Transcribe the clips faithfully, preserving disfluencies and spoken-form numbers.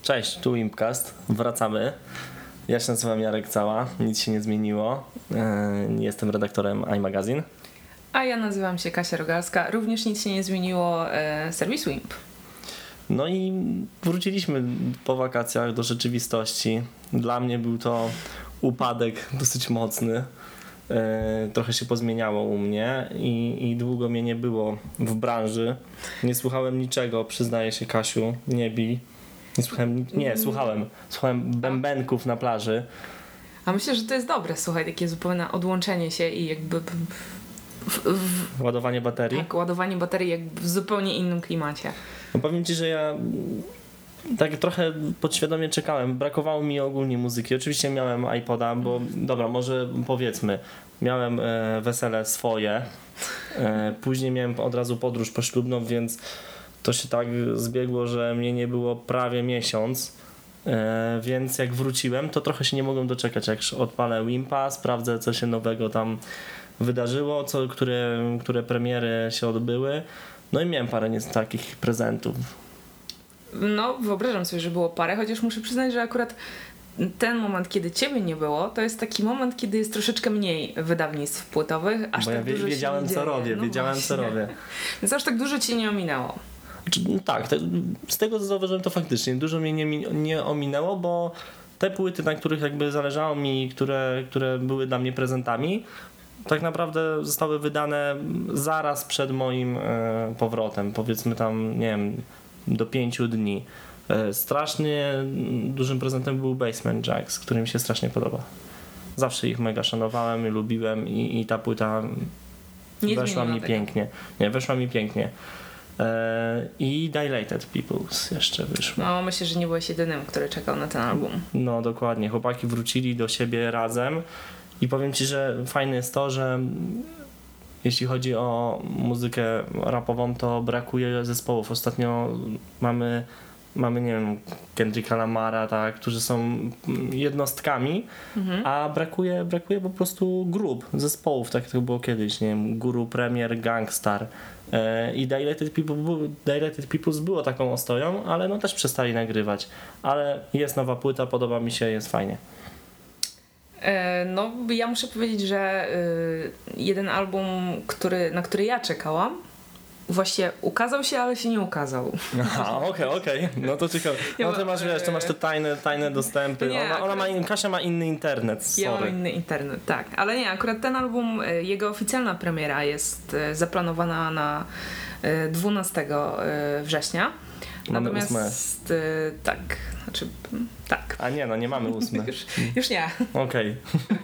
Cześć, tu Impcast, wracamy. Ja się nazywam Jarek Cała, nic się nie zmieniło. Jestem redaktorem iMagazine. A ja nazywam się Kasia Rogalska, również nic się nie zmieniło, serwis Wimp. No i wróciliśmy po wakacjach do rzeczywistości. Dla mnie był to upadek dosyć mocny. Trochę się pozmieniało u mnie i, i długo mnie nie było w branży. Nie słuchałem niczego, przyznaję się, Kasiu, nie bij. Nie słuchałem, nie, słuchałem. Słuchałem bębenków na plaży. A myślę, że to jest dobre, słuchaj, takie zupełne odłączenie się i jakby... W, w, ładowanie baterii? Tak, ładowanie baterii jakby w zupełnie innym klimacie. No powiem Ci, że ja tak trochę podświadomie czekałem. Brakowało mi ogólnie muzyki. Oczywiście miałem iPoda, bo dobra, może powiedzmy, miałem e, wesele swoje. E, później miałem od razu podróż poślubną, więc to się tak zbiegło, że mnie nie było prawie miesiąc. E, więc jak wróciłem, to trochę się nie mogłem doczekać. Jak odpalę Wimpa, sprawdzę, co się nowego tam wydarzyło, co, które, które premiery się odbyły. No i miałem parę nie takich prezentów. No, wyobrażam sobie, że było parę, chociaż muszę przyznać, że akurat ten moment, kiedy ciebie nie było, to jest taki moment, kiedy jest troszeczkę mniej wydawnictw płytowych, aż Bo tak ja dużo wiedziałem, się nie co dzieje. robię, no wiedziałem, właśnie. co robię. Więc aż tak dużo cię nie ominęło. No tak, te, z tego co zauważyłem, to faktycznie dużo mnie nie, nie ominęło, bo te płyty, na których jakby zależało mi, które, które były dla mnie prezentami, tak naprawdę zostały wydane zaraz przed moim e, powrotem, powiedzmy tam, nie wiem, do pięciu dni. E, strasznie dużym prezentem był Basement Jaxx, który mi się strasznie podoba. Zawsze ich mega szanowałem i lubiłem i, i ta płyta Nie weszła mi tego. pięknie. Nie, weszła mi pięknie. E, I Dilated Peoples jeszcze wyszło. No, myślę, że nie byłeś jedynym, który czekał na ten album. No dokładnie, chłopaki wrócili do siebie razem i powiem Ci, że fajne jest to, że jeśli chodzi o muzykę rapową, to brakuje zespołów. Ostatnio mamy, mamy nie wiem, Kendricka Lamara, tak, którzy są jednostkami, mhm. a brakuje, brakuje po prostu grup, zespołów, tak jak to było kiedyś, nie wiem, Guru, Premier, Gangstar. I Dilated People, Dilated Peoples było taką ostoją, ale no też przestali nagrywać. Ale jest nowa płyta, podoba mi się, jest fajnie. No, ja muszę powiedzieć, że jeden album, który, na który ja czekałam, właśnie ukazał się, ale się nie ukazał. Aha, okej, okay, okej. Okay. No to ciekawe. No ty masz, wiesz, to masz te tajne, tajne dostępy. Nie, ona, ona ma, akurat... Kasia ma inny internet, sorry. Ja mam inny internet, tak. Ale nie, akurat ten album, jego oficjalna premiera jest zaplanowana na dwunastego września. Mamy Natomiast ósme. tak, znaczy tak. A nie, no nie mamy ósme. już, już nie. Okej.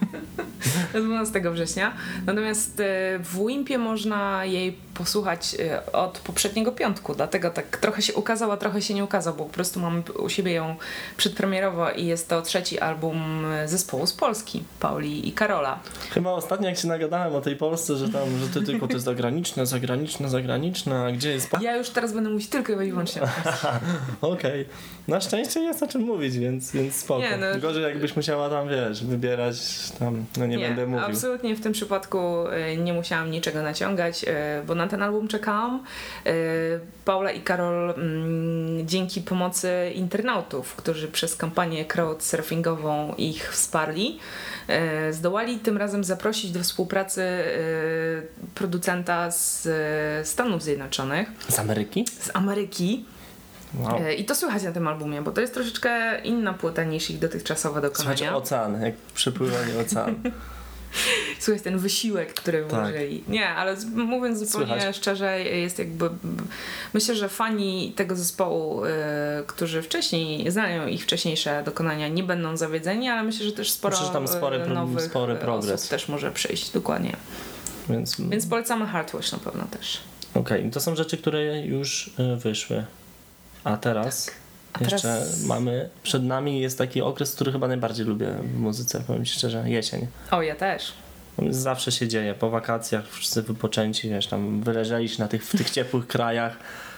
Okay. dwunastego września. Natomiast w Wimpie można jej posłuchać od poprzedniego piątku, dlatego tak trochę się ukazał, a trochę się nie ukazał, bo po prostu mamy u siebie ją przedpremierowo i jest to trzeci album zespołu z Polski, Pauli i Karola. Chyba ostatnio jak się nagadałem o tej Polsce, że tam, że ty tylko to jest zagraniczne, zagraniczne, zagraniczne, a gdzie jest... Ja już teraz będę mówić tylko i wyłącznie o Polsce. Okej. Okay. Na szczęście jest o czym mówić, więc, więc spoko. Nie, no... Gorzej jakbyś musiała tam, wiesz, wybierać tam, no nie, nie będę mówił. Absolutnie w tym przypadku nie musiałam niczego naciągać, bo na ten album czekałam. Paula i Karol dzięki pomocy internautów, którzy przez kampanię crowdsurfingową ich wsparli, zdołali tym razem zaprosić do współpracy producenta z Stanów Zjednoczonych. Z Ameryki? Z Ameryki. Wow. I to słychać na tym albumie, bo to jest troszeczkę inna płyta niż ich dotychczasowe dokonania. Słychać ocean, jak przepływanie oceanu. Słuchaj, ten wysiłek, który włożyli. Tak. Nie, ale mówiąc zupełnie Słychać. szczerze, jest jakby... Myślę, że fani tego zespołu, y, którzy wcześniej znają ich wcześniejsze dokonania, nie będą zawiedzeni, ale myślę, że też sporo myślę, że tam spory, nowych spory progres. osób też może przyjść, dokładnie. Więc, Więc polecamy Heartwash na pewno też. Okej, okay. To są rzeczy, które już wyszły. A teraz... Tak. A Jeszcze teraz... mamy, przed nami jest taki okres, który chyba najbardziej lubię w muzyce, powiem ci szczerze, jesień. O, ja też. Zawsze się dzieje, po wakacjach wszyscy wypoczęci, wiesz, tam wyleżeli się na tych, w tych ciepłych krajach,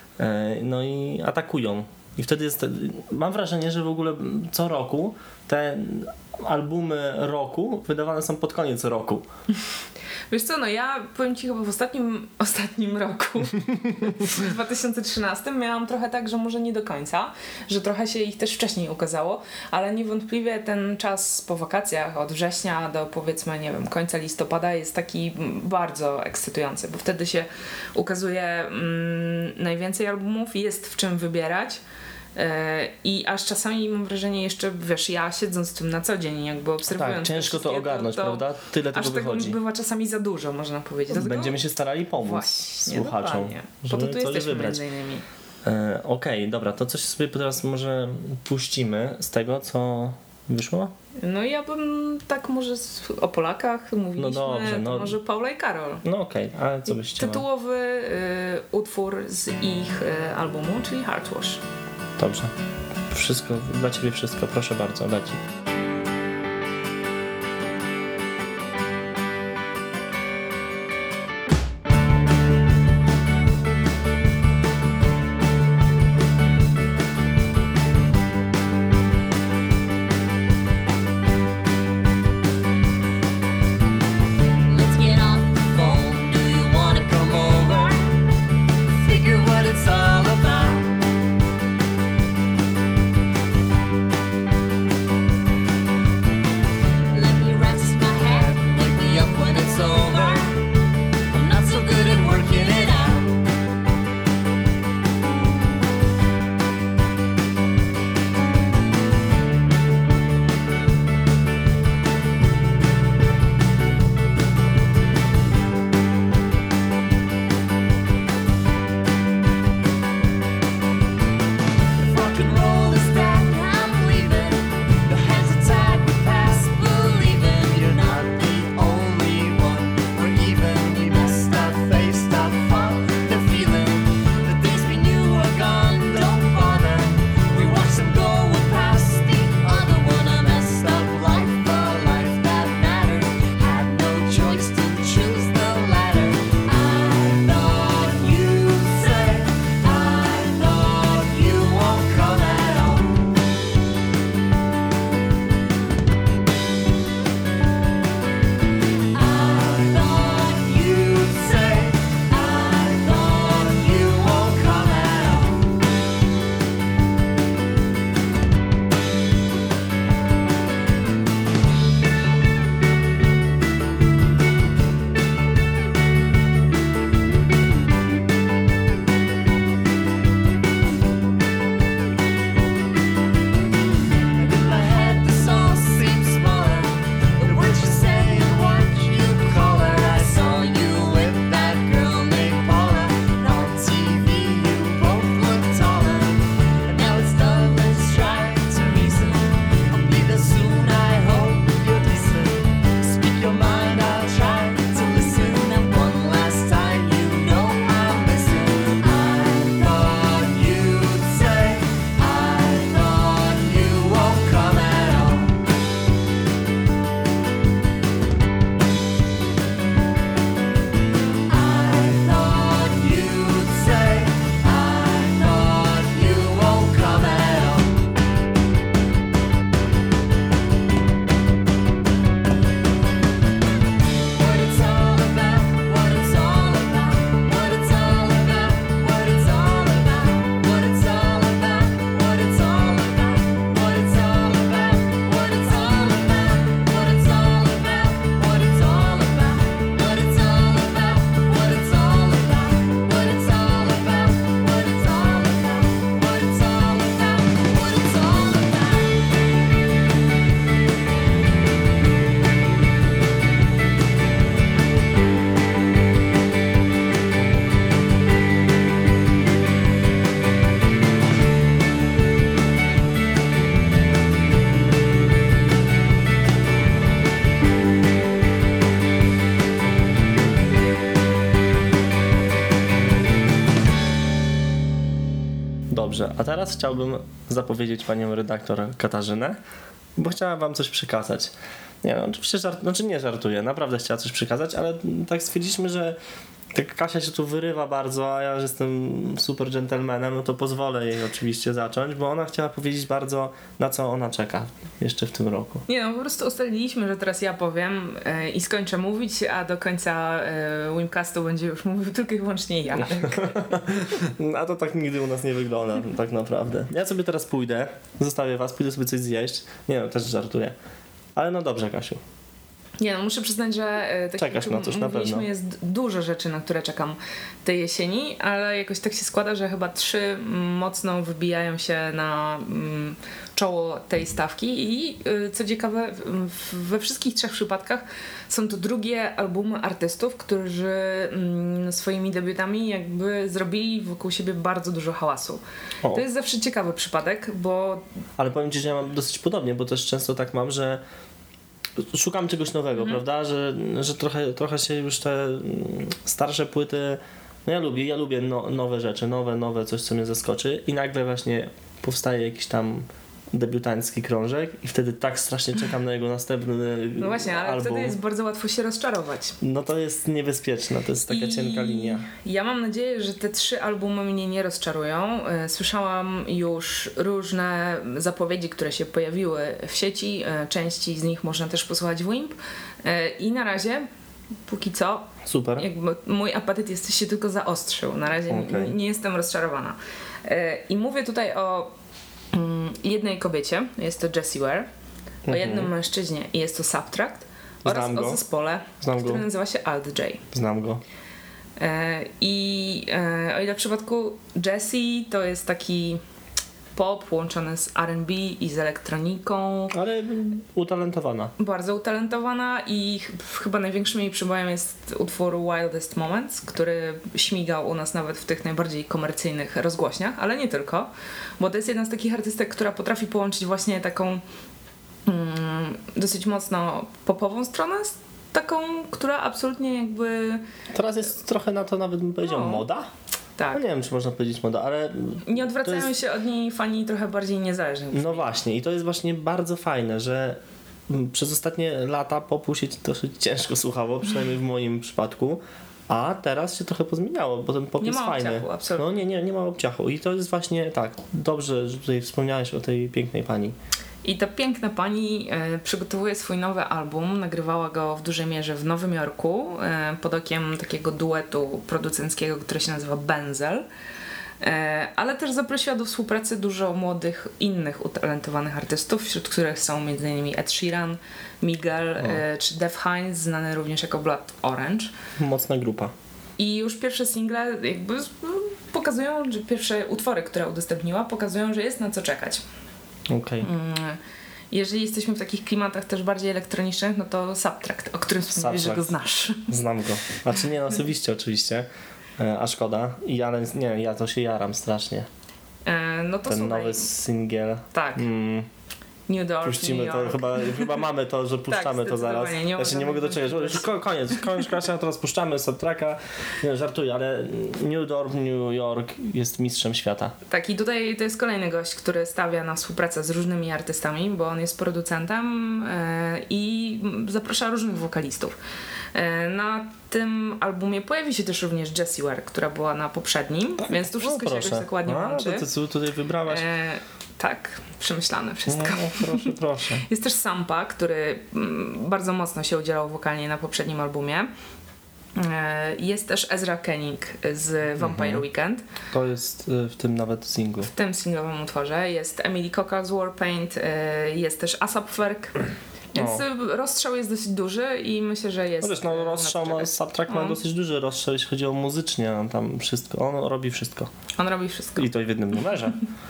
no i atakują. I wtedy jest, mam wrażenie, że w ogóle co roku te albumy roku wydawane są pod koniec roku. Wiesz co, no ja powiem ci chyba w ostatnim, ostatnim roku, w dwa tysiące trzynastym miałam trochę tak, że może nie do końca, że trochę się ich też wcześniej ukazało, ale niewątpliwie ten czas po wakacjach od września do powiedzmy, nie wiem, końca listopada jest taki bardzo ekscytujący, bo wtedy się ukazuje mm, najwięcej albumów, jest w czym wybierać. I aż czasami mam wrażenie jeszcze, wiesz, ja siedząc z tym na co dzień, jakby obserwując... Tak, ciężko to ogarnąć, to, to prawda? Tyle tego wychodzi. Aż tego bywa czasami za dużo, można powiedzieć. Dlatego będziemy się starali pomóc właśnie, słuchaczom, bo to tu jesteśmy wybrać. między innymi. E, Okej, okay, dobra, to coś sobie teraz może puścimy z tego, co wyszło? No ja bym tak może o Polakach mówiliśmy, no dobrze, no... może Paula i Karol. No okej, okay. Ale co byś chciała? Tytułowy y, utwór z ich y, albumu, czyli Heartwash. Dobrze. Wszystko, dla ciebie wszystko, proszę bardzo, leci. Dobrze, a teraz chciałbym zapowiedzieć panią redaktor Katarzynę, bo chciałam wam coś przekazać. Nie, no oczywiście żart, znaczy nie żartuję, naprawdę chciała coś przekazać, ale tak stwierdziliśmy, że tak Kasia się tu wyrywa bardzo, a ja, że jestem super dżentelmenem, no to pozwolę jej oczywiście zacząć, bo ona chciała powiedzieć bardzo, na co ona czeka jeszcze w tym roku. Nie no, po prostu ustaliliśmy, że teraz ja powiem yy, i skończę mówić, a do końca yy, Wimcastu będzie już mówił tylko i wyłącznie ja. A to tak nigdy u nas nie wygląda, tak naprawdę. Ja sobie teraz pójdę, zostawię was, pójdę sobie coś zjeść. Nie no, też żartuję. Ale no dobrze, Kasiu. Nie no, muszę przyznać, że e, tak czekasz jak na coś, na mówiliśmy, pewno. jest dużo rzeczy, na które czekam tej jesieni, ale jakoś tak się składa, że chyba trzy mocno wybijają się na mm, czoło tej stawki i y, co ciekawe, w, we wszystkich trzech przypadkach są to drugie albumy artystów, którzy mm, swoimi debiutami jakby zrobili wokół siebie bardzo dużo hałasu. O. To jest zawsze ciekawy przypadek, bo... Ale powiem ci, że ja mam dosyć podobnie, bo też często tak mam, że szukam czegoś nowego, Mhm. prawda? Że, że trochę, trochę się już te starsze płyty, no ja lubię, ja lubię no, nowe rzeczy, nowe, nowe, coś co mnie zaskoczy i nagle właśnie powstaje jakiś tam debiutancki krążek i wtedy tak strasznie czekam na jego następny No właśnie, ale album. wtedy jest bardzo łatwo się rozczarować. No to jest niebezpieczne, to jest taka I cienka linia. Ja mam nadzieję, że te trzy albumy mnie nie rozczarują. Słyszałam już różne zapowiedzi, które się pojawiły w sieci. Części z nich można też posłuchać w Wimp. I na razie, póki co, Super. jakby mój apetyt jest się tylko zaostrzył. Na razie Okay. nie, nie jestem rozczarowana. I mówię tutaj o jednej kobiecie, jest to Jessie Ware, o Mhm. jednym mężczyźnie i jest to Subtract, oraz Znam go. o zespole, Znam który go. nazywa się Alt J. Znam go. E, I e, o ile w przypadku Jessie to jest taki pop łączony z R and B i z elektroniką, Ale utalentowana. bardzo utalentowana i ch- chyba największym jej przybojem jest utwór Wildest Moments, który śmigał u nas nawet w tych najbardziej komercyjnych rozgłośniach, ale nie tylko, bo to jest jedna z takich artystek, która potrafi połączyć właśnie taką mm, dosyć mocno popową stronę z taką, która absolutnie jakby Teraz jest trochę na to nawet bym powiedział No. moda? tak, No nie wiem, czy można powiedzieć moda, ale nie odwracają to jest- się od niej fani trochę bardziej niezależni. no właśnie i to jest właśnie bardzo fajne, że mm, przez ostatnie lata popu się dosyć ciężko słuchało, przynajmniej w moim przypadku, a teraz się trochę pozmieniało, bo ten pop Nie jest ma fajny. obciachu, absolutnie. No nie, nie, nie ma obciachu i to jest właśnie tak, dobrze, że tutaj wspomniałeś o tej pięknej pani. I ta piękna pani e, przygotowuje swój nowy album, nagrywała go w dużej mierze w Nowym Jorku e, pod okiem takiego duetu producenckiego, który się nazywa Benzel. E, ale też zaprosiła do współpracy dużo młodych, innych utalentowanych artystów, wśród których są m.in. Ed Sheeran, Miguel e, czy Def Hines, znany również jako Blood Orange. Mocna grupa. I już pierwsze single jakby z- pokazują, że pierwsze utwory, które udostępniła, pokazują, że jest na co czekać. Okej. Mm, Jeżeli jesteśmy w takich klimatach też bardziej elektronicznych, no to Subtract, o którym wspomniałeś, że go Subtract. znasz. Znam go. Znaczy nie, no osobiście oczywiście, e, a szkoda. I ale nie, ja to się jaram strasznie. E, no to Ten słuchaj, nowy singiel. tak, Mm. New York, Puścimy New to, York. chyba, chyba mamy to, że puszczamy to zaraz. zdecydowanie, nie Ja się ma nie mogę doczekać. żadnych Już ko- koniec, koniec Kasia, teraz puszczamy Subtracka. Nie, żartuję, ale New York, New York jest mistrzem świata. Tak, i tutaj to jest kolejny gość, który stawia na współpracę z różnymi artystami, bo on jest producentem e, i zaprasza różnych wokalistów. E, na tym albumie pojawi się też również Jessie Ware, która była na poprzednim, więc tu wszystko się jakoś tak ładnie a, łączy. to ty tu- tutaj wybrałaś. E, tak, przemyślane wszystko. No, proszę, proszę. Jest też Sampa, który mm, bardzo mocno się udzielał wokalnie na poprzednim albumie. E, Jest też Ezra Koenig z Vampire Mhm. Weekend. To jest y, w tym nawet singlu. W tym singlowym utworze jest Emily Coca z Warpaint, e, jest też Asap Ferg. Więc O. rozstrzał jest dosyć duży i myślę, że jest. No wiesz, no rozstrzał, ma, Subtrack ma No. dosyć duży rozstrzał, jeśli chodzi o muzycznie, on tam wszystko, on robi wszystko. On robi wszystko. I to w jednym numerze.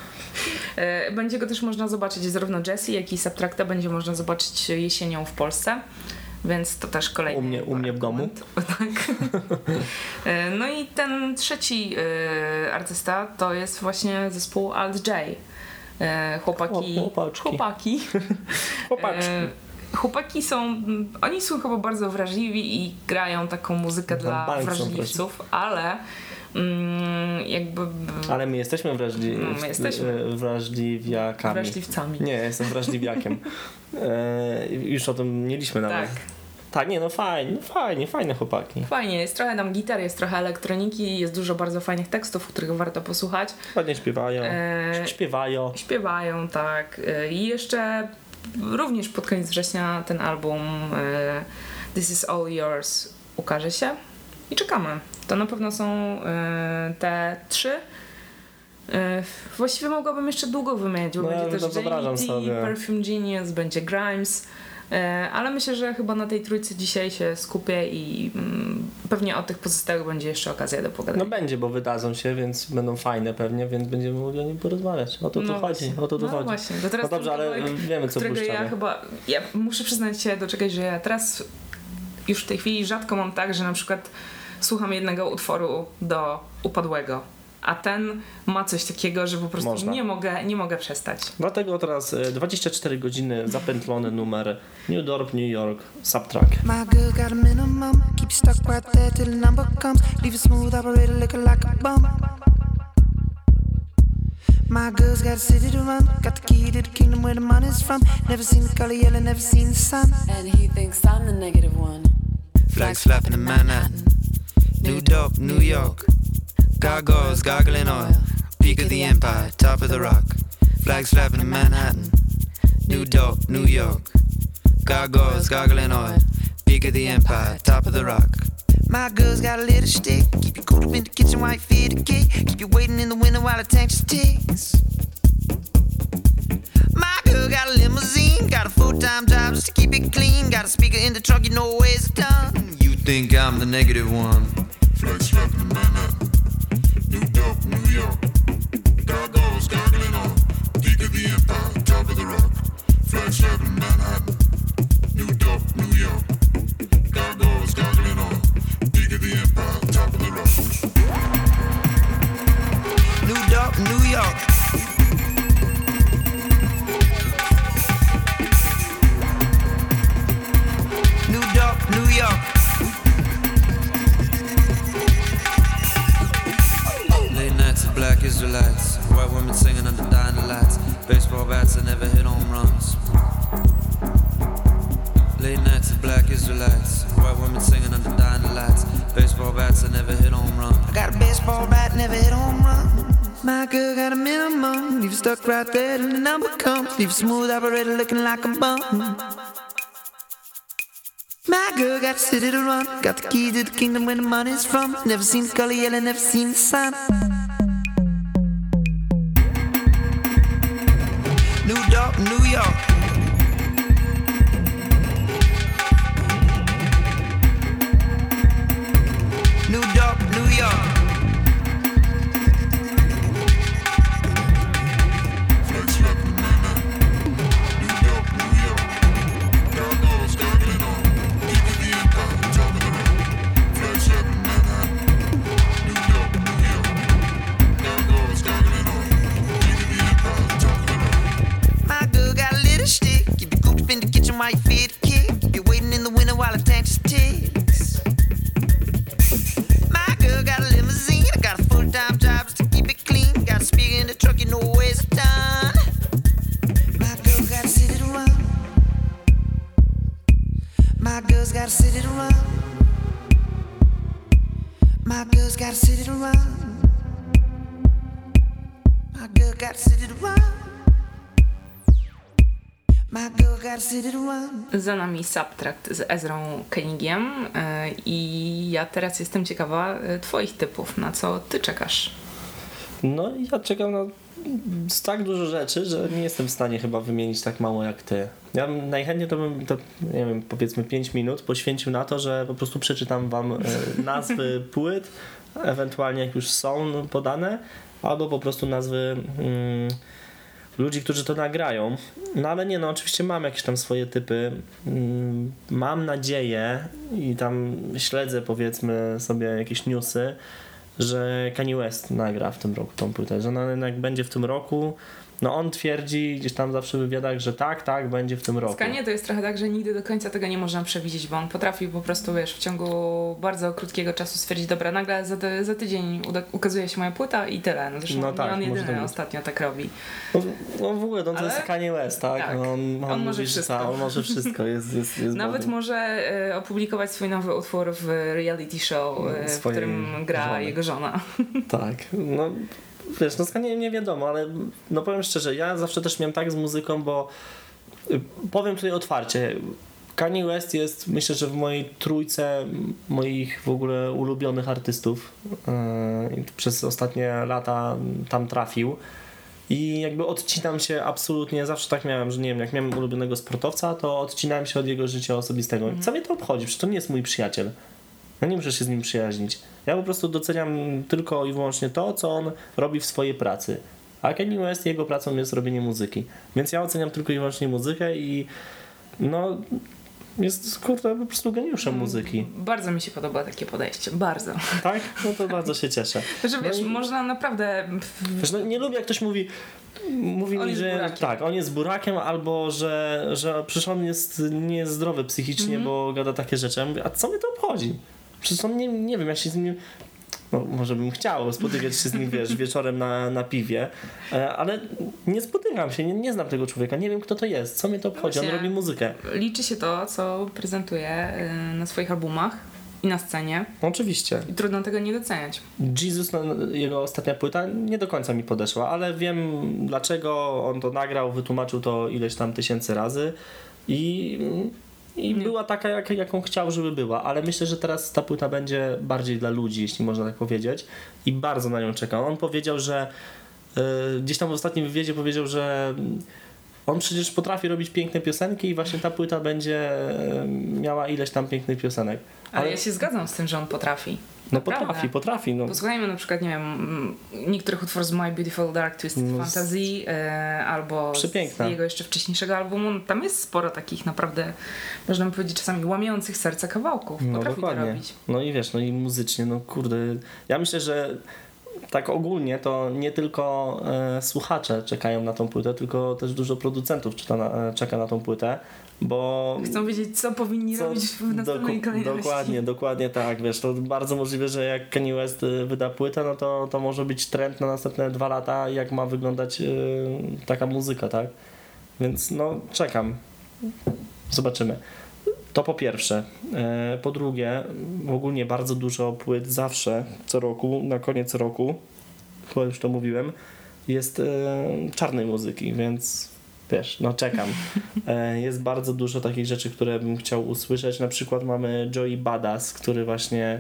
E, Będzie go też można zobaczyć zarówno Jessie, jak i Subtracta będzie można zobaczyć jesienią w Polsce. Więc to też kolejny U mnie- u mnie w domu. argument. Tak. E, No i ten trzeci e, artysta to jest właśnie zespół Alt J. E, Chłopaki. Chłopaczki. Chłopaki. Chłopaczki. E, chłopaki są, oni są chyba bardzo wrażliwi i grają taką muzykę dla Bank są wrażliwców, ale mm, jakby... Ale my jesteśmy wrażli... No, my jesteśmy. wrażliwiakami. Wrażliwcami. Nie, jestem wrażliwiakiem. e, już o tym mieliśmy nawet. Tak. Tak, nie, no fajnie, fajnie, fajne chłopaki. Fajnie, jest trochę tam gitar, jest trochę elektroniki, jest dużo bardzo fajnych tekstów, których warto posłuchać. Ładnie śpiewają, e... śpiewają. Śpiewają, tak. I jeszcze również pod koniec września ten album e... This Is All Yours ukaże się i czekamy. To na pewno są e... te trzy. E... Właściwie mogłabym jeszcze długo wymieniać, bo no, będzie ja też J D, sobie. Perfume Genius, będzie Grimes. Ale myślę, że chyba na tej trójce dzisiaj się skupię i mm, pewnie o tych pozostałych będzie jeszcze okazja do pogadania. No będzie, bo wydadzą się, więc będą fajne pewnie, więc będziemy mogli o nim porozmawiać. O to tu no chodzi, o to tu no chodzi. Właśnie. To teraz no dobrze, ale kawałek, wiemy co puszczamy. Ja chyba, ja muszę przyznać się do czegoś, że ja teraz już w tej chwili rzadko mam tak, że na przykład słucham jednego utworu do upadłego. A ten ma coś takiego, że po prostu nie mogę, nie mogę przestać. Dlatego teraz dwadzieścia cztery godziny zapętlony numer New Dorp, New York, Subtrack. My girl got a minimum, keep stuck right there till the number comes. Leave a smooth operator looking like a bum. My girl's got a city to run, got the key to the kingdom where the money's from. Never seen the color yellow, never seen the sun. And he thinks I'm the negative one. Flags flapping in Manhattan, New Dorp, New York. Gargoyles gargling oil, peak of the empire, top of the rock. Flags flapping in Manhattan, New Dorp, New York. Gargoyles gargling oil, peak of the empire, top of the rock. My girl's got a little stick, keep you cool up in the kitchen while you feed the kid. Keep you waiting in the window while the tank just ticks. My girl got a limousine, got a full-time job just to keep it clean. Got a speaker in the trunk, you know where it's done. You think I'm the negative one? Flags flapping in Manhattan, New Dorp, New York. Gargoyles gargling on, peak of the empire, top of the rock. Flags flapping in Manhattan, New Dorp, New York. Gargoyles gargling on, peak of the empire, top of the rock. New Dorp, New York. New Dorp, New York. Black Israelites, white women singing under dying lights. Baseball bats that never hit home runs. Late nights of black Israelites, white women singing under dying lights. Baseball bats that never hit home run. I got a baseball bat, never hit home run. My girl got a minimum, leave you stuck right there till the number comes. Leave a smooth operator looking like a bum. My girl got a city to run, got the key to the kingdom where the money's from. Never seen the color yellow, never seen the sun. New Dorp, New York. New Dorp, New York. Flags flapping in Manhattan, New Dorp, New York. Gargoyles gargling on, peak of the empire, top of the rock. Flags flapping in Manhattan, New Dorp, New York. Gargoyles gargling on, peak of the empire, top of the rock. My girl got a little stick, keep you cooped up in the kitchen while you feed the kid. Keep you waiting in the window while the tank just ticks. My girl got a limousine, I got a full-time job just to keep it clean. Got a speaker in the truck, you know where it's done. My girl got a city to run. My girl's got a city to run. My girl's got a city to run. My girl got a city to run. Za nami Subtract z Ezrą Koenigiem i ja teraz jestem ciekawa twoich typów, na co ty czekasz? No ja czekam na z tak dużo rzeczy, że nie jestem w stanie chyba wymienić tak mało jak ty. Ja bym, najchętniej to bym to, nie wiem, powiedzmy pięć minut poświęcił na to, że po prostu przeczytam wam nazwy płyt, ewentualnie jak już są podane, albo po prostu nazwy mm, ludzi, którzy to nagrają. No ale nie, no oczywiście mam jakieś tam swoje typy. Mam nadzieję i tam śledzę powiedzmy sobie jakieś newsy, że Kanye West nagra w tym roku tą płytę, że ona jednak będzie w tym roku. no on twierdzi gdzieś tam zawsze w wywiadach, że tak, tak, będzie w tym roku. Z Kanye to jest trochę tak, że nigdy do końca tego nie można przewidzieć, bo on potrafi po prostu, wiesz, w ciągu bardzo krótkiego czasu stwierdzić, dobra, nagle za, ty, za tydzień uda, ukazuje się moja płyta i tyle. No zresztą No nie tak, on może jedyny tak ostatnio tak robi. No, no w ogóle, no to Ale- jest Kanye West, tak? tak. No, on, on, On może mówi, że wszystko. ta, on może wszystko, jest, jest, jest Nawet Bogiem. może e, opublikować swój nowy utwór w reality show, e, w Swojej którym gra żony. jego żona. Tak, no wiesz, no z Kanye nie wiadomo, ale no powiem szczerze, ja zawsze też miałem tak z muzyką, bo y, powiem tutaj otwarcie, Kanye West jest, myślę, że w mojej trójce moich w ogóle ulubionych artystów. Yy, przez ostatnie lata tam trafił. I jakby odcinam się absolutnie, zawsze tak miałem, że nie wiem, jak miałem ulubionego sportowca, to odcinałem się od jego życia osobistego. Co mnie to obchodzi? Przecież to nie jest mój przyjaciel. Ja nie muszę się z nim przyjaźnić. Ja po prostu doceniam tylko i wyłącznie to, co on robi w swojej pracy. A Kanye West, jego pracą jest robienie muzyki. Więc ja oceniam tylko i wyłącznie muzykę i no jest kurde po prostu geniuszem muzyki. Bardzo mi się podoba takie podejście, bardzo. Tak? No to bardzo się cieszę. Że wiesz, No i- można naprawdę... Wiesz, no, nie lubię jak ktoś mówi mówi On mi, jest że burakiem. tak, on jest burakiem albo że, że przecież on jest nie jest zdrowy psychicznie, Mhm. bo gada takie rzeczy. Ja mówię, a co mnie to obchodzi? Przecież on nie, nie wiem, ja się z nim no, może bym chciał spotykać się z nim, wiesz, wieczorem na, na piwie, e, ale nie spotykam się, nie, nie znam tego człowieka, nie wiem kto to jest, co mnie to obchodzi, on Właśnie. robi muzykę. Liczy się to, co prezentuje y, na swoich albumach i na scenie Oczywiście. i trudno tego nie doceniać. Jesus, no, jego ostatnia płyta nie do końca mi podeszła, ale wiem dlaczego on to nagrał, wytłumaczył to ileś tam tysięcy razy i, i Nie. była taka, jak, jaką chciał, żeby była, ale myślę, że teraz ta płyta będzie bardziej dla ludzi, jeśli można tak powiedzieć i bardzo na nią czekam. On powiedział, że y, gdzieś tam w ostatnim wywiadzie powiedział, że on przecież potrafi robić piękne piosenki i właśnie ta płyta będzie y, miała ileś tam pięknych piosenek. Ale, Ale- ja się zgadzam z tym, że on potrafi. No Naprawdę. potrafi, potrafi. No. Posłuchajmy na przykład, nie wiem, mm, niektórych utworów z My Beautiful Dark Twisted No, Fantasy e, albo Przepiękna. z jego jeszcze wcześniejszego albumu. Tam jest sporo takich naprawdę, można by powiedzieć, czasami łamiących serce kawałków. No Potrafi to dokładnie. robić. No i wiesz, no i muzycznie, no kurde. Ja myślę, że tak ogólnie to nie tylko e, słuchacze czekają na tą płytę, tylko też dużo producentów czeka na, e, czeka na tą płytę, bo... Chcą wiedzieć, co powinni co- robić w następnej doku- kolejności. Dokładnie, dokładnie tak, wiesz, to bardzo możliwe, że jak Kanye West y, wyda płytę, no to, to może być trend na następne dwa lata, jak ma wyglądać y, taka muzyka, tak? Więc no, czekam. Zobaczymy. To po pierwsze. E, Po drugie, ogólnie bardzo dużo płyt zawsze, co roku, na koniec roku, chyba już to mówiłem, jest e, czarnej muzyki, więc wiesz, no czekam. E, Jest bardzo dużo takich rzeczy, które bym chciał usłyszeć. Na przykład mamy Joey Badass, który właśnie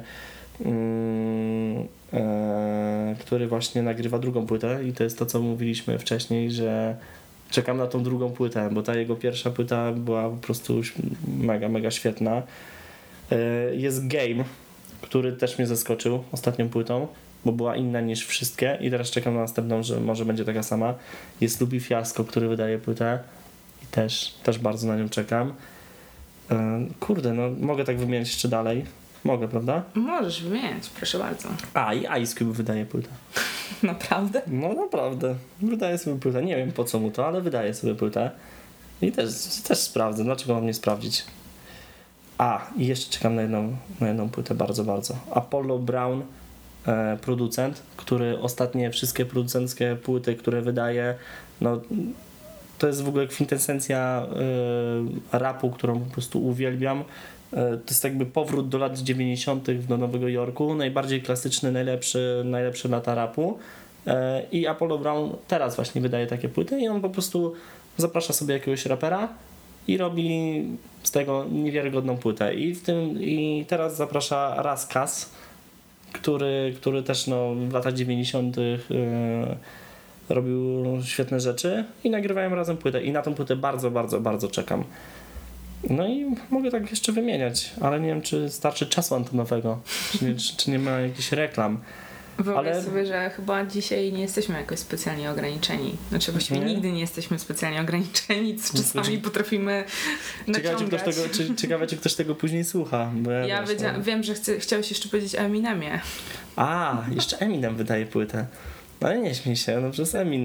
mm, e, który właśnie nagrywa drugą płytę i to jest to, co mówiliśmy wcześniej, że czekam na tą drugą płytę, bo ta jego pierwsza płyta była po prostu już mega, mega świetna. E, Jest Game, który też mnie zaskoczył ostatnią płytą, bo była inna niż wszystkie i teraz czekam na następną, że może będzie taka sama. Jest Lubi Fiasco, który wydaje płytę i też, też bardzo na nią czekam. E, Kurde, no mogę tak wymieniać jeszcze dalej. Mogę, prawda? Możesz wymieniać, proszę bardzo. A, i Ice Cube wydaje płytę. Naprawdę? No naprawdę, wydaje sobie płytę. Nie wiem po co mu to, ale wydaje sobie płytę. I też, też sprawdzę, dlaczego mam nie sprawdzić. A, i jeszcze czekam na jedną, na jedną płytę bardzo, bardzo. Apollo Brown, e, producent, który ostatnie wszystkie producenckie płyty, które wydaje, no to jest w ogóle kwintesencja e, rapu, którą po prostu uwielbiam. To jest jakby powrót do lat dziewięćdziesiątych do Nowego Jorku, najbardziej klasyczny, najlepszy, najlepszy lata rapu. I Apollo Brown teraz właśnie wydaje takie płyty i on po prostu zaprasza sobie jakiegoś rapera i robi z tego niewiarygodną płytę. I w tym i teraz zaprasza Raskas, który, który też no, w latach dziewięćdziesiątych robił świetne rzeczy i nagrywają razem płytę. I na tą płytę bardzo, bardzo, bardzo czekam. No i mogę tak jeszcze wymieniać, ale nie wiem, czy starczy czasu antenowego, czy nie, czy, czy nie ma jakichś reklam. Wyobraź Ale- sobie, że chyba dzisiaj nie jesteśmy jakoś specjalnie ograniczeni. Znaczy właściwie Nie? nigdy nie jesteśmy specjalnie ograniczeni, co czasami Znaczy- potrafimy Ciekawe, czy ktoś naciągać. tego, czy, ciekawe, czy ktoś tego później słucha. Bo ja Ja wiesz, wiedzia- no. wiem, że chce, chciałeś jeszcze powiedzieć o Eminemie. A, jeszcze Eminem wydaje płytę. No ale nie śmiej się, no przez Eminem.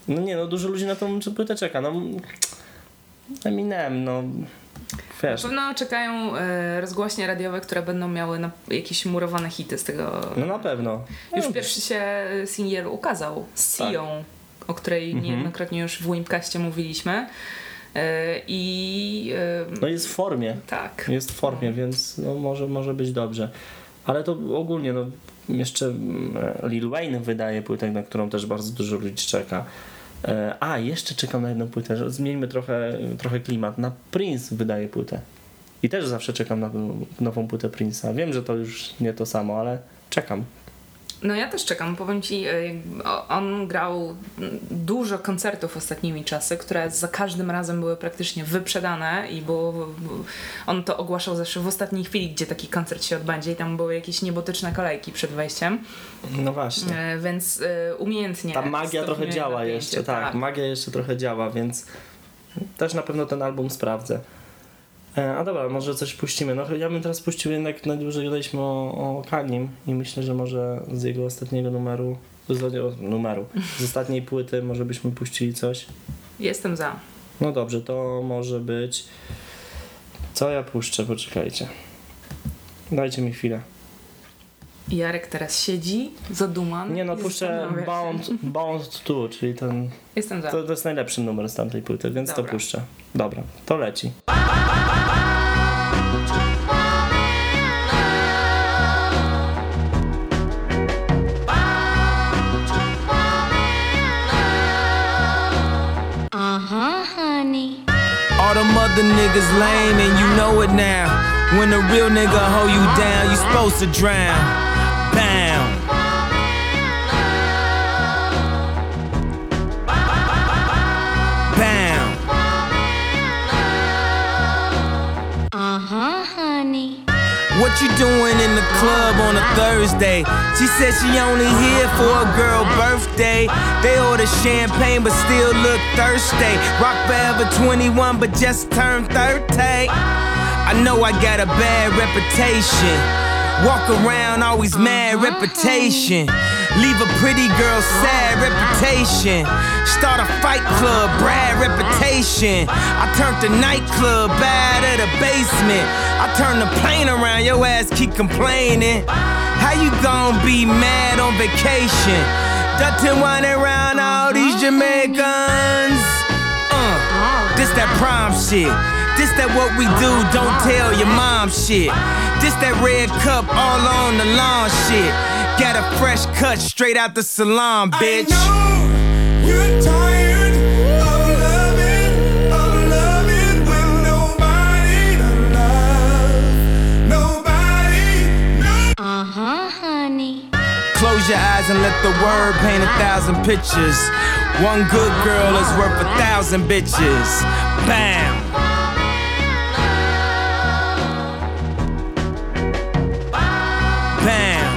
No nie, no dużo ludzi na tą płytę czeka. No Eminem, no wiesz. Na pewno czekają e, rozgłośnie radiowe, które będą miały na, jakieś murowane hity z tego. No na pewno. Już no, pierwszy się singiel ukazał z Sią, tak. o której mhm. niejednokrotnie już w Wimpkaście mówiliśmy. E, I e, no jest w formie. Tak. Jest w formie, więc no może, może być dobrze. Ale to ogólnie, no jeszcze Lil Wayne wydaje płytę, na którą też bardzo dużo ludzi czeka. A, jeszcze czekam na jedną płytę. Zmieńmy trochę, trochę klimat. Na Prince wydaje płytę. I też zawsze czekam na nową płytę Prince'a. Wiem, że to już nie to samo, ale czekam. No ja też czekam. Powiem ci, on grał dużo koncertów ostatnimi czasy, które za każdym razem były praktycznie wyprzedane i było, on to ogłaszał zawsze w ostatniej chwili, gdzie taki koncert się odbędzie i tam były jakieś niebotyczne kolejki przed wejściem. No właśnie. Więc umiejętnie. Ta magia trochę działa napięcie, jeszcze, tak, tak. Magia jeszcze trochę działa, więc też na pewno ten album sprawdzę. A dobra, może coś puścimy. No ja bym teraz puścił jednak, najdłużej gadaliśmy o, o Kanim i myślę, że może z jego ostatniego numeru, z numeru, z ostatniej płyty może byśmy puścili coś. Jestem za. No dobrze, to może być... Co ja puszczę? Poczekajcie. Dajcie mi chwilę. Jarek teraz siedzi, zadumany. Nie no, puszczę Bound, Bound to, czyli ten... Jestem za. To, to jest najlepszy numer z tamtej płyty, więc dobra. To puszczę. Dobra, to leci. Uh-huh, honey. All them other niggas lame and you know it now. When a real nigga hold you down, you supposed to drown. Bam. Bam. Uh-huh, honey. What you doing in the club on a Thursday? She said she only here for a girl birthday. They order champagne but still look thirsty. Rock forever twenty-one but just turned thirty. I know I got a bad reputation. Walk around always mad reputation. Leave a pretty girl sad reputation. Start a fight club, Brad reputation. I turned the nightclub bad at the basement. I turned the plane around, your ass keep complaining. How you gon' be mad on vacation? Dutton whining around all these Jamaicans. Uh, this that prom shit. This that what we do, don't tell your mom shit. This that red cup all on the lawn shit. Got a fresh cut straight out the salon, bitch. I know you're tired of loving, of loving with nobody to love. Nobody, no. Uh-huh, honey. Close your eyes and let the word paint a thousand pictures. One good girl is worth a thousand bitches. Bam. Bam.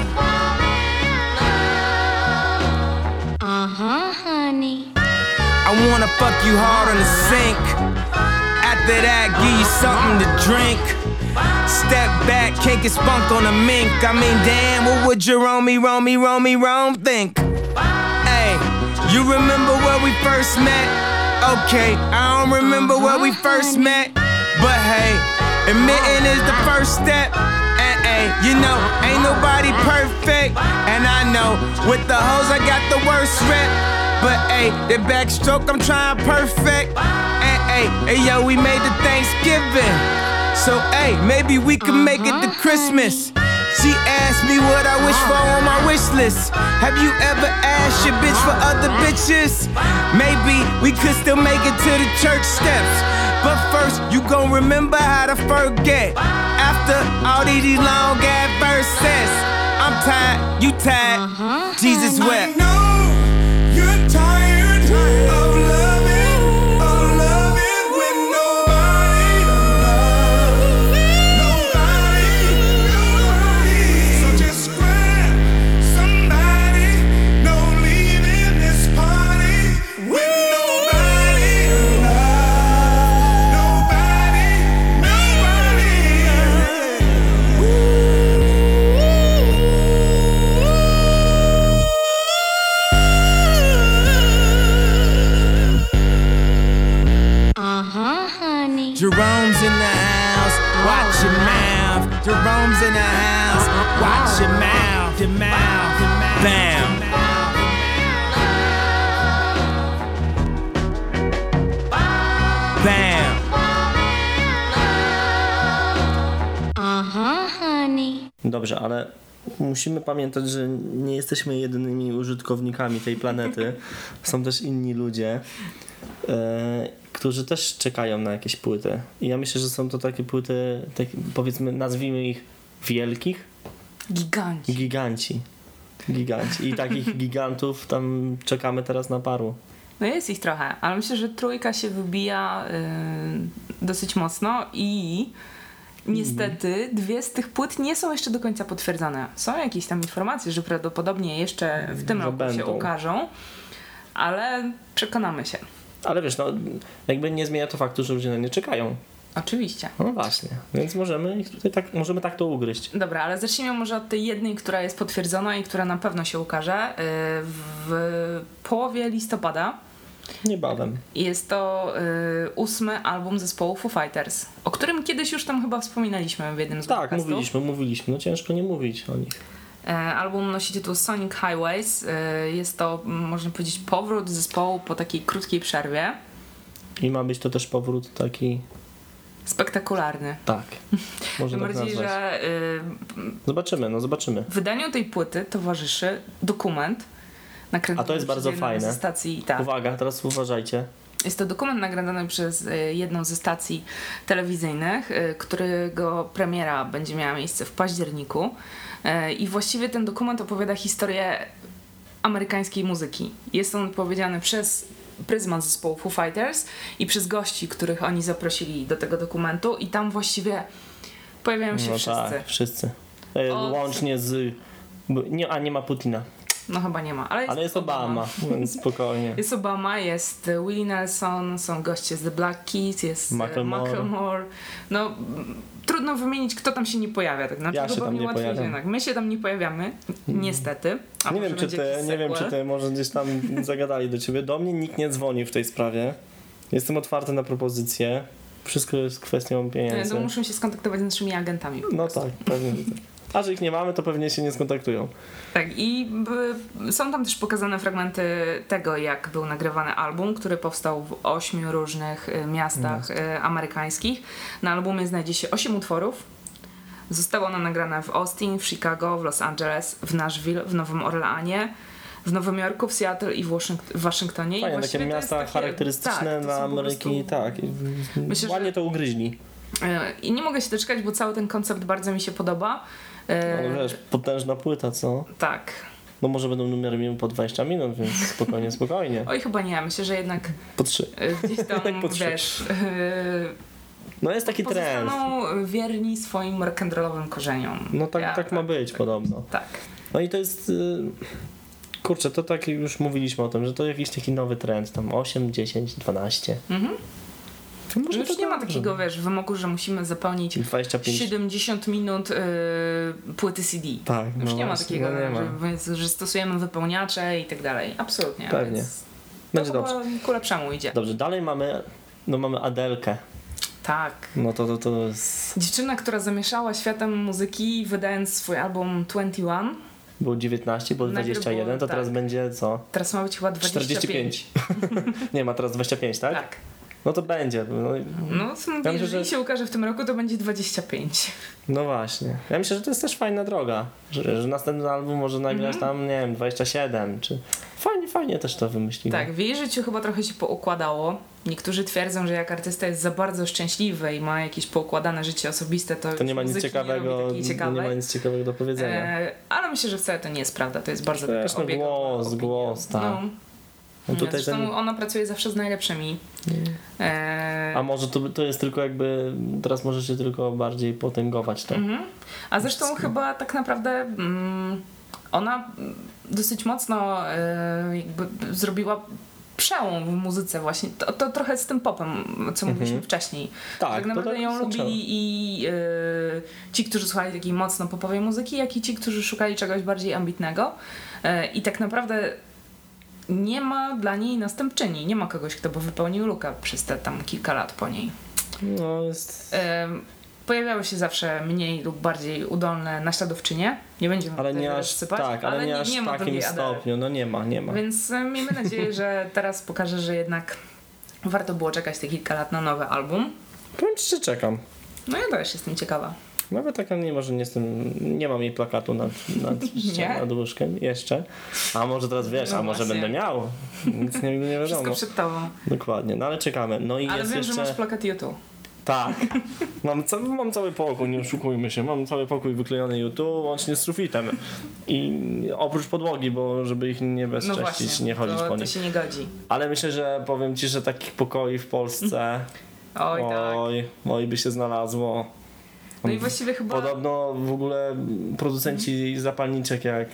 Uh-huh, honey. I wanna fuck you hard on the sink. After that, give you something to drink. Step back, can't get spunk on a mink. I mean, damn, what would Jerome, Romey, Romey, Rome think? Hey, you remember where we first met? Okay, I don't remember where we first met. But hey, admitting is the first step. Ay, you know, ain't nobody perfect. And I know, with the hoes I got the worst rep. But ay, the backstroke I'm trying perfect. And ay, ay, yo, we made the Thanksgiving. So ay, maybe we can make it to Christmas. She asked me what I wish for on my wish list. Have you ever asked your bitch for other bitches? Maybe we could still make it to the church steps. But first, you gon' remember how to forget. After all these long ass verses, I'm tired, you tired, uh-huh. Jesus wept. I know you're tired of loving, of loving with nobody to love. Nobody, nobody. So just grab somebody, don't leave in this party with nobody to love. Nobody, nobody. Jerome's in the house, watch your mouth. Jerome's in the house, watch your mouth, your mouth, your mouth. Bam. Bam. Uh-huh, honey. Dobrze, ale musimy pamiętać, że nie jesteśmy jedynymi użytkownikami tej planety. Są też inni ludzie, e, którzy też czekają na jakieś płyty. I ja myślę, że są to takie płyty, tak, powiedzmy, nazwijmy ich wielkich. Giganci. Giganci. Giganci. I takich gigantów tam czekamy teraz na paru. No jest ich trochę, ale myślę, że trójka się wybija yy, dosyć mocno i niestety dwie z tych płyt nie są jeszcze do końca potwierdzone. Są jakieś tam informacje, że prawdopodobnie jeszcze w tym Że roku będą. się ukażą, ale przekonamy się. Ale wiesz, no jakby nie zmienia to faktu, że ludzie na nie czekają. Oczywiście. No właśnie, więc możemy ich tutaj tak, możemy tak to ugryźć. Dobra, ale zacznijmy może od tej jednej, która jest potwierdzona i która na pewno się ukaże yy, w połowie listopada. Niebawem. Jest to y, ósmy album zespołu Foo Fighters, o którym kiedyś już tam chyba wspominaliśmy w jednym z Tak, podcastów. mówiliśmy, mówiliśmy. No ciężko nie mówić o nich. E, album nosi tytuł Sonic Highways. E, jest to, m, można powiedzieć, powrót zespołu po takiej krótkiej przerwie. I ma być to też powrót taki... Spektakularny. Tak. Może Tym tak bardziej, nazwać. że y, Zobaczymy, no zobaczymy. wydaniu tej płyty towarzyszy dokument nakręcony A to jest przez bardzo jedną fajne. ze stacji. Tak. Uwaga, teraz uważajcie. Jest to dokument nagrany przez y, jedną ze stacji telewizyjnych, y, którego premiera będzie miała miejsce w październiku. Y, I właściwie ten dokument opowiada historię amerykańskiej muzyki. Jest on opowiedziany przez pryzmat zespołu Foo Fighters i przez gości, których oni zaprosili do tego dokumentu i tam właściwie pojawiają się No wszyscy. tak, wszyscy. E, Od- Łącznie z... bo Nie, a nie ma Putina. No chyba nie ma, ale jest, Ale jest Obama, więc spokojnie. Jest Obama, jest e, Willie Nelson, są goście z The Black Keys, jest e, Macklemore. Macklemore. No, m, trudno wymienić, kto tam się nie pojawia. Tak? Znaczy, Ja się chyba tam nie łatwiej pojawiam. jednak. My się tam nie pojawiamy, niestety. A Nie może wiem, czy będzie ty, jakiś nie wiem, czy sequel? ty może gdzieś tam zagadali do ciebie. Do mnie nikt nie dzwoni w tej sprawie. Jestem otwarty na propozycje. Wszystko jest kwestią Nie, pieniędzy. to muszą się skontaktować z naszymi agentami. po No prostu. tak, pewnie. A że ich nie mamy, to pewnie się nie skontaktują. Tak, i b, są tam też pokazane fragmenty tego, jak był nagrywany album, który powstał w ośmiu różnych y, miastach y, amerykańskich. Na albumie znajdzie się osiem utworów. Zostało ono nagrane w Austin, w Chicago, w Los Angeles, w Nashville, w Nowym Orleanie, w Nowym Jorku, w Seattle i w, Waszyng- w Waszyngtonie. I Fajne, właściwie takie to jest miasta takie- charakterystyczne tak, to dla są po Ameryki. prostu- Tak, i- Myślę, ładnie że- to ugryźli. Y, I nie mogę się doczekać, bo cały ten koncept bardzo mi się podoba. Y, Ale wiesz, potężna płyta, co? Tak. No może będą numery miły po dwadzieścia minut, więc spokojnie, spokojnie. Oj, chyba nie. Myślę, że jednak Po trzy. y, gdzieś tam, Jak po trzy. wiesz... y, No jest taki trend. Pozostaną wierni swoim rock'n'rollowym korzeniom. No tak, Ja tak ma być podobno. Tak. No i to jest... y, Kurczę, to tak już mówiliśmy o tym, że to jakiś taki nowy trend, tam osiem, dziesięć, dwanaście. Mhm. To może Już to nie ma dobrze. takiego, wiesz, wymogu, że musimy zapełnić dwadzieścia pięć. siedemdziesiąt minut y, płyty C D. Tak, Już no nie ma właśnie, takiego, no nie ma. Że, więc, że stosujemy wypełniacze i tak dalej. Absolutnie. Pewnie. Więc Będzie to dobrze. chyba ku lepszemu idzie. Dobrze, dalej mamy, no mamy Adelkę. Tak. No to, to, to jest... Dziewczyna, która zamieszała światem muzyki, wydając swój album dwadzieścia jeden. Było dziewiętnaście, było Najpierw dwadzieścia jeden, to było- teraz tak. będzie co? Teraz ma być chyba dwadzieścia czterdzieści pięć. pięć. Nie, ma teraz dwadzieścia pięć, tak? Tak. No to będzie. No, No, myślę, jeżeli że- się ukaże w tym roku, to będzie dwadzieścia pięć. no właśnie. Ja myślę, że to jest też fajna droga. Że, że następny album może nagrać tam, nie wiem, dwadzieścia siedem, czy... Fajnie, fajnie też to wymyślili. Tak, w jej życiu chyba trochę się poukładało. Niektórzy twierdzą, że jak artysta jest za bardzo szczęśliwy i ma jakieś poukładane życie osobiste, to, To nie ma nic muzyki ciekawego, nie, robi takiej nie ciekawej. ma nic ciekawego do powiedzenia. E, ale myślę, że wcale to nie jest prawda. To jest bardzo Wiesz, taka no obiegowa głos, opinia. głos, tak. No, No tutaj zresztą ten... ona pracuje zawsze z najlepszymi. E, A może to, to jest tylko jakby... Teraz możecie tylko bardziej potęgować to. mhm. A zresztą chyba tak naprawdę mm, ona dosyć mocno e, jakby zrobiła przełom w muzyce właśnie. To, to trochę z tym popem, co mówiliśmy wcześniej. Tak, tak to naprawdę tak ją zaczęło. lubili i y, ci, którzy słuchali takiej mocno popowej muzyki, jak i ci, którzy szukali czegoś bardziej ambitnego. Y, I tak naprawdę nie ma dla niej następczyni. Nie ma kogoś, kto by wypełnił lukę przez te tam kilka lat po niej. No jest... Ym, Pojawiały się zawsze mniej lub bardziej udolne naśladowczynie. Nie będziemy Ale tutaj nie aż, rozsypać, tak, ale, ale nie aż nie w ma takim drugiej Adele. stopniu. No nie ma, nie ma. Więc y, miejmy nadzieję, że teraz pokaże, że jednak warto było czekać te kilka lat na nowy album. Powiem ci, że czekam. No ja też jestem ciekawa. Nawet taka nie może nie jestem, nie mam jej plakatu nad, nad, Nie? nad łóżkiem jeszcze. A może teraz wiesz, No a może właśnie. będę miał. Nic nie, nie wiadomo. Wszystko przed tobą. Dokładnie, no ale czekamy. No i Ale jest wiem, jeszcze... że masz plakat YouTube. Tak. Mam, ca- mam cały pokój, nie oszukujmy się. Mam cały pokój wyklejony YouTube, łącznie z sufitem. I oprócz podłogi, bo żeby ich nie No bezcześcić, właśnie, nie chodzić to, po to nich. się nie godzi. Ale myślę, że powiem ci, że takich pokoi w Polsce Oj, tak. oj, oj by się znalazło. No i właściwie chyba... Podobno w ogóle producenci zapalniczek, jak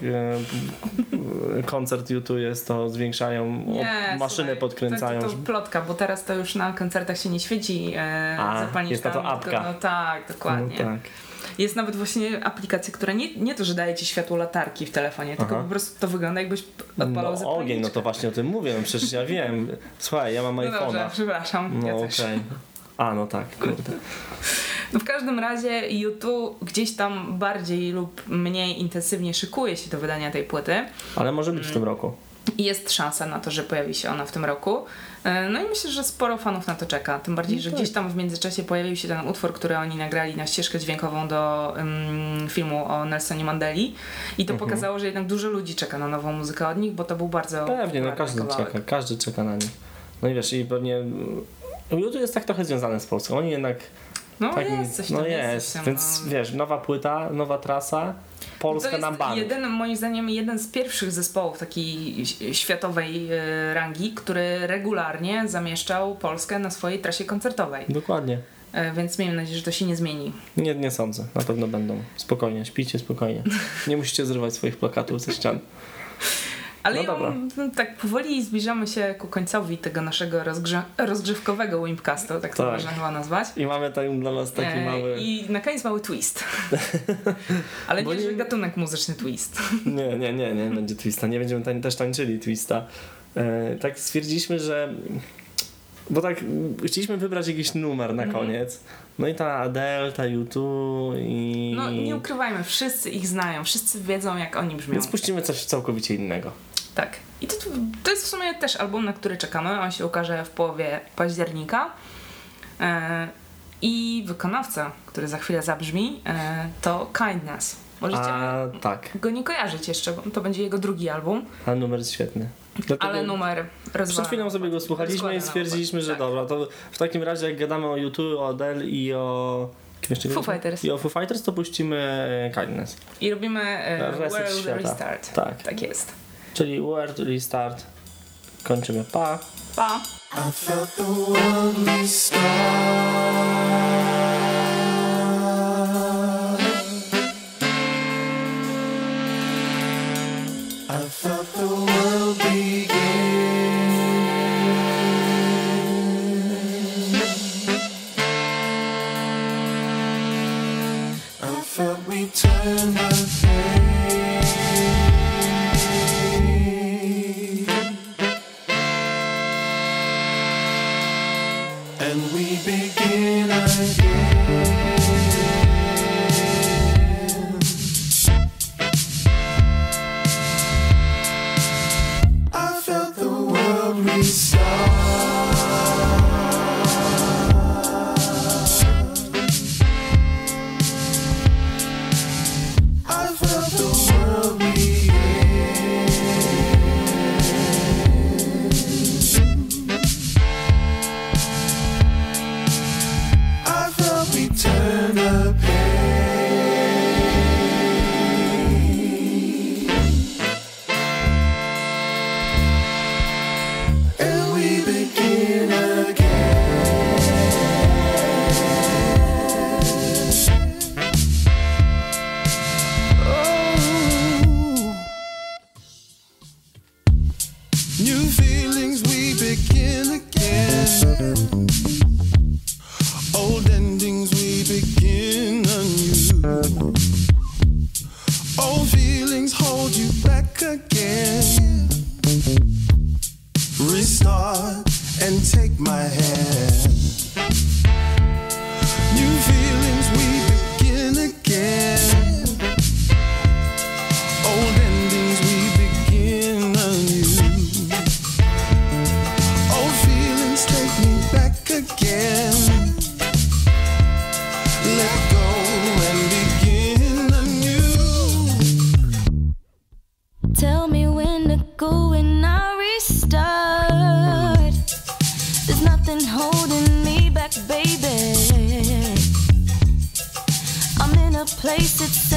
e, koncert YouTube jest, to zwiększają, Nie, o, maszynę słuchaj, podkręcają. To, to, to plotka, bo teraz to już na koncertach się nie świeci e, A, zapalniczka. jest na to apka. Tylko, no tak, dokładnie. No tak. Jest nawet właśnie aplikacja, która nie, nie to, że daje ci światło latarki w telefonie, tylko Aha. po prostu to wygląda, jakbyś odpalał No zapalniczkę. ogień, no to właśnie o tym mówię, no przecież ja wiem. Słuchaj, ja mam No dobrze, iPhone'a. przepraszam, No ja okej. też. A, no tak, kurde. No w każdym razie YouTube gdzieś tam bardziej lub mniej intensywnie szykuje się do wydania tej płyty Ale może być w tym roku. i jest szansa na to, że pojawi się ona w tym roku. E, No i myślę, że sporo fanów na to czeka. Tym bardziej, No że tak. gdzieś tam w międzyczasie pojawił się ten utwór, który oni nagrali na ścieżkę dźwiękową do um, filmu o Nelsonie Mandeli i to Mhm. pokazało, że jednak dużo ludzi czeka na nową muzykę od nich, bo to był bardzo Pewnie, no popularny każdy kawałek. czeka, każdy czeka na nie. No i wiesz, i pewnie YouTube jest tak trochę związany z Polską. Oni jednak No tak, jest coś tam, no jest, jest, coś tam, więc no. wiesz, nowa płyta, nowa trasa, Polska To na jest bank. jeden, moim zdaniem, jeden z pierwszych zespołów takiej ś- światowej e, rangi, który regularnie zamieszczał Polskę na swojej trasie koncertowej. Dokładnie. E, więc miejmy nadzieję, że to się nie zmieni. Nie, nie sądzę. Na pewno będą. Spokojnie, śpijcie spokojnie. Nie musicie zrywać swoich plakatów ze ścian. Ale No ja, dobra. m, tak powoli zbliżamy się ku końcowi tego naszego rozgrze- rozgrzewkowego Wimpcastu, tak to Tak. można chyba nazwać. I mamy tam dla nas taki E, mały... I na koniec mały twist. Ale Bo nie, że nie- gatunek muzyczny twist. Nie, nie, nie, nie będzie twista. Nie będziemy tań, też tańczyli twista. E, tak stwierdziliśmy, że... Bo tak mm, chcieliśmy wybrać jakiś numer na Mhm. koniec. No i ta Adele, ta U dwa i... No nie ukrywajmy, wszyscy ich znają, wszyscy wiedzą, jak oni brzmią. Więc puścimy coś całkowicie innego. Tak. I to, to jest w sumie też album, na który czekamy. On się ukaże w połowie października. E, I wykonawca, który za chwilę zabrzmi, e, to Kindness. Możecie A tak, go nie kojarzyć jeszcze, bo to będzie jego drugi album, a numer jest świetny. Dlatego ale numer rozwala. przed chwilą sobie go słuchaliśmy Rozkłada i na stwierdziliśmy, układ. że Tak. dobra, to w takim razie jak gadamy o U dwa, o Adele i o... kim jeszcze Foo gadaliśmy? Fighters. I o Foo Fighters, to puścimy Kindness. I robimy e, Reset World świata. Restart. Tak. Tak jest. Czyli World Restart. Kończymy. Pa! Pa! I felt the world restart. I felt the world begin. I felt we turned the page. And we begin again. I felt the world restart. I felt the world begin. I felt we turn a page. And we begin again. Oh. New feelings, we begin again. Old endings, we begin anew. Old feelings hold you back again. Restart and take my hand. wasted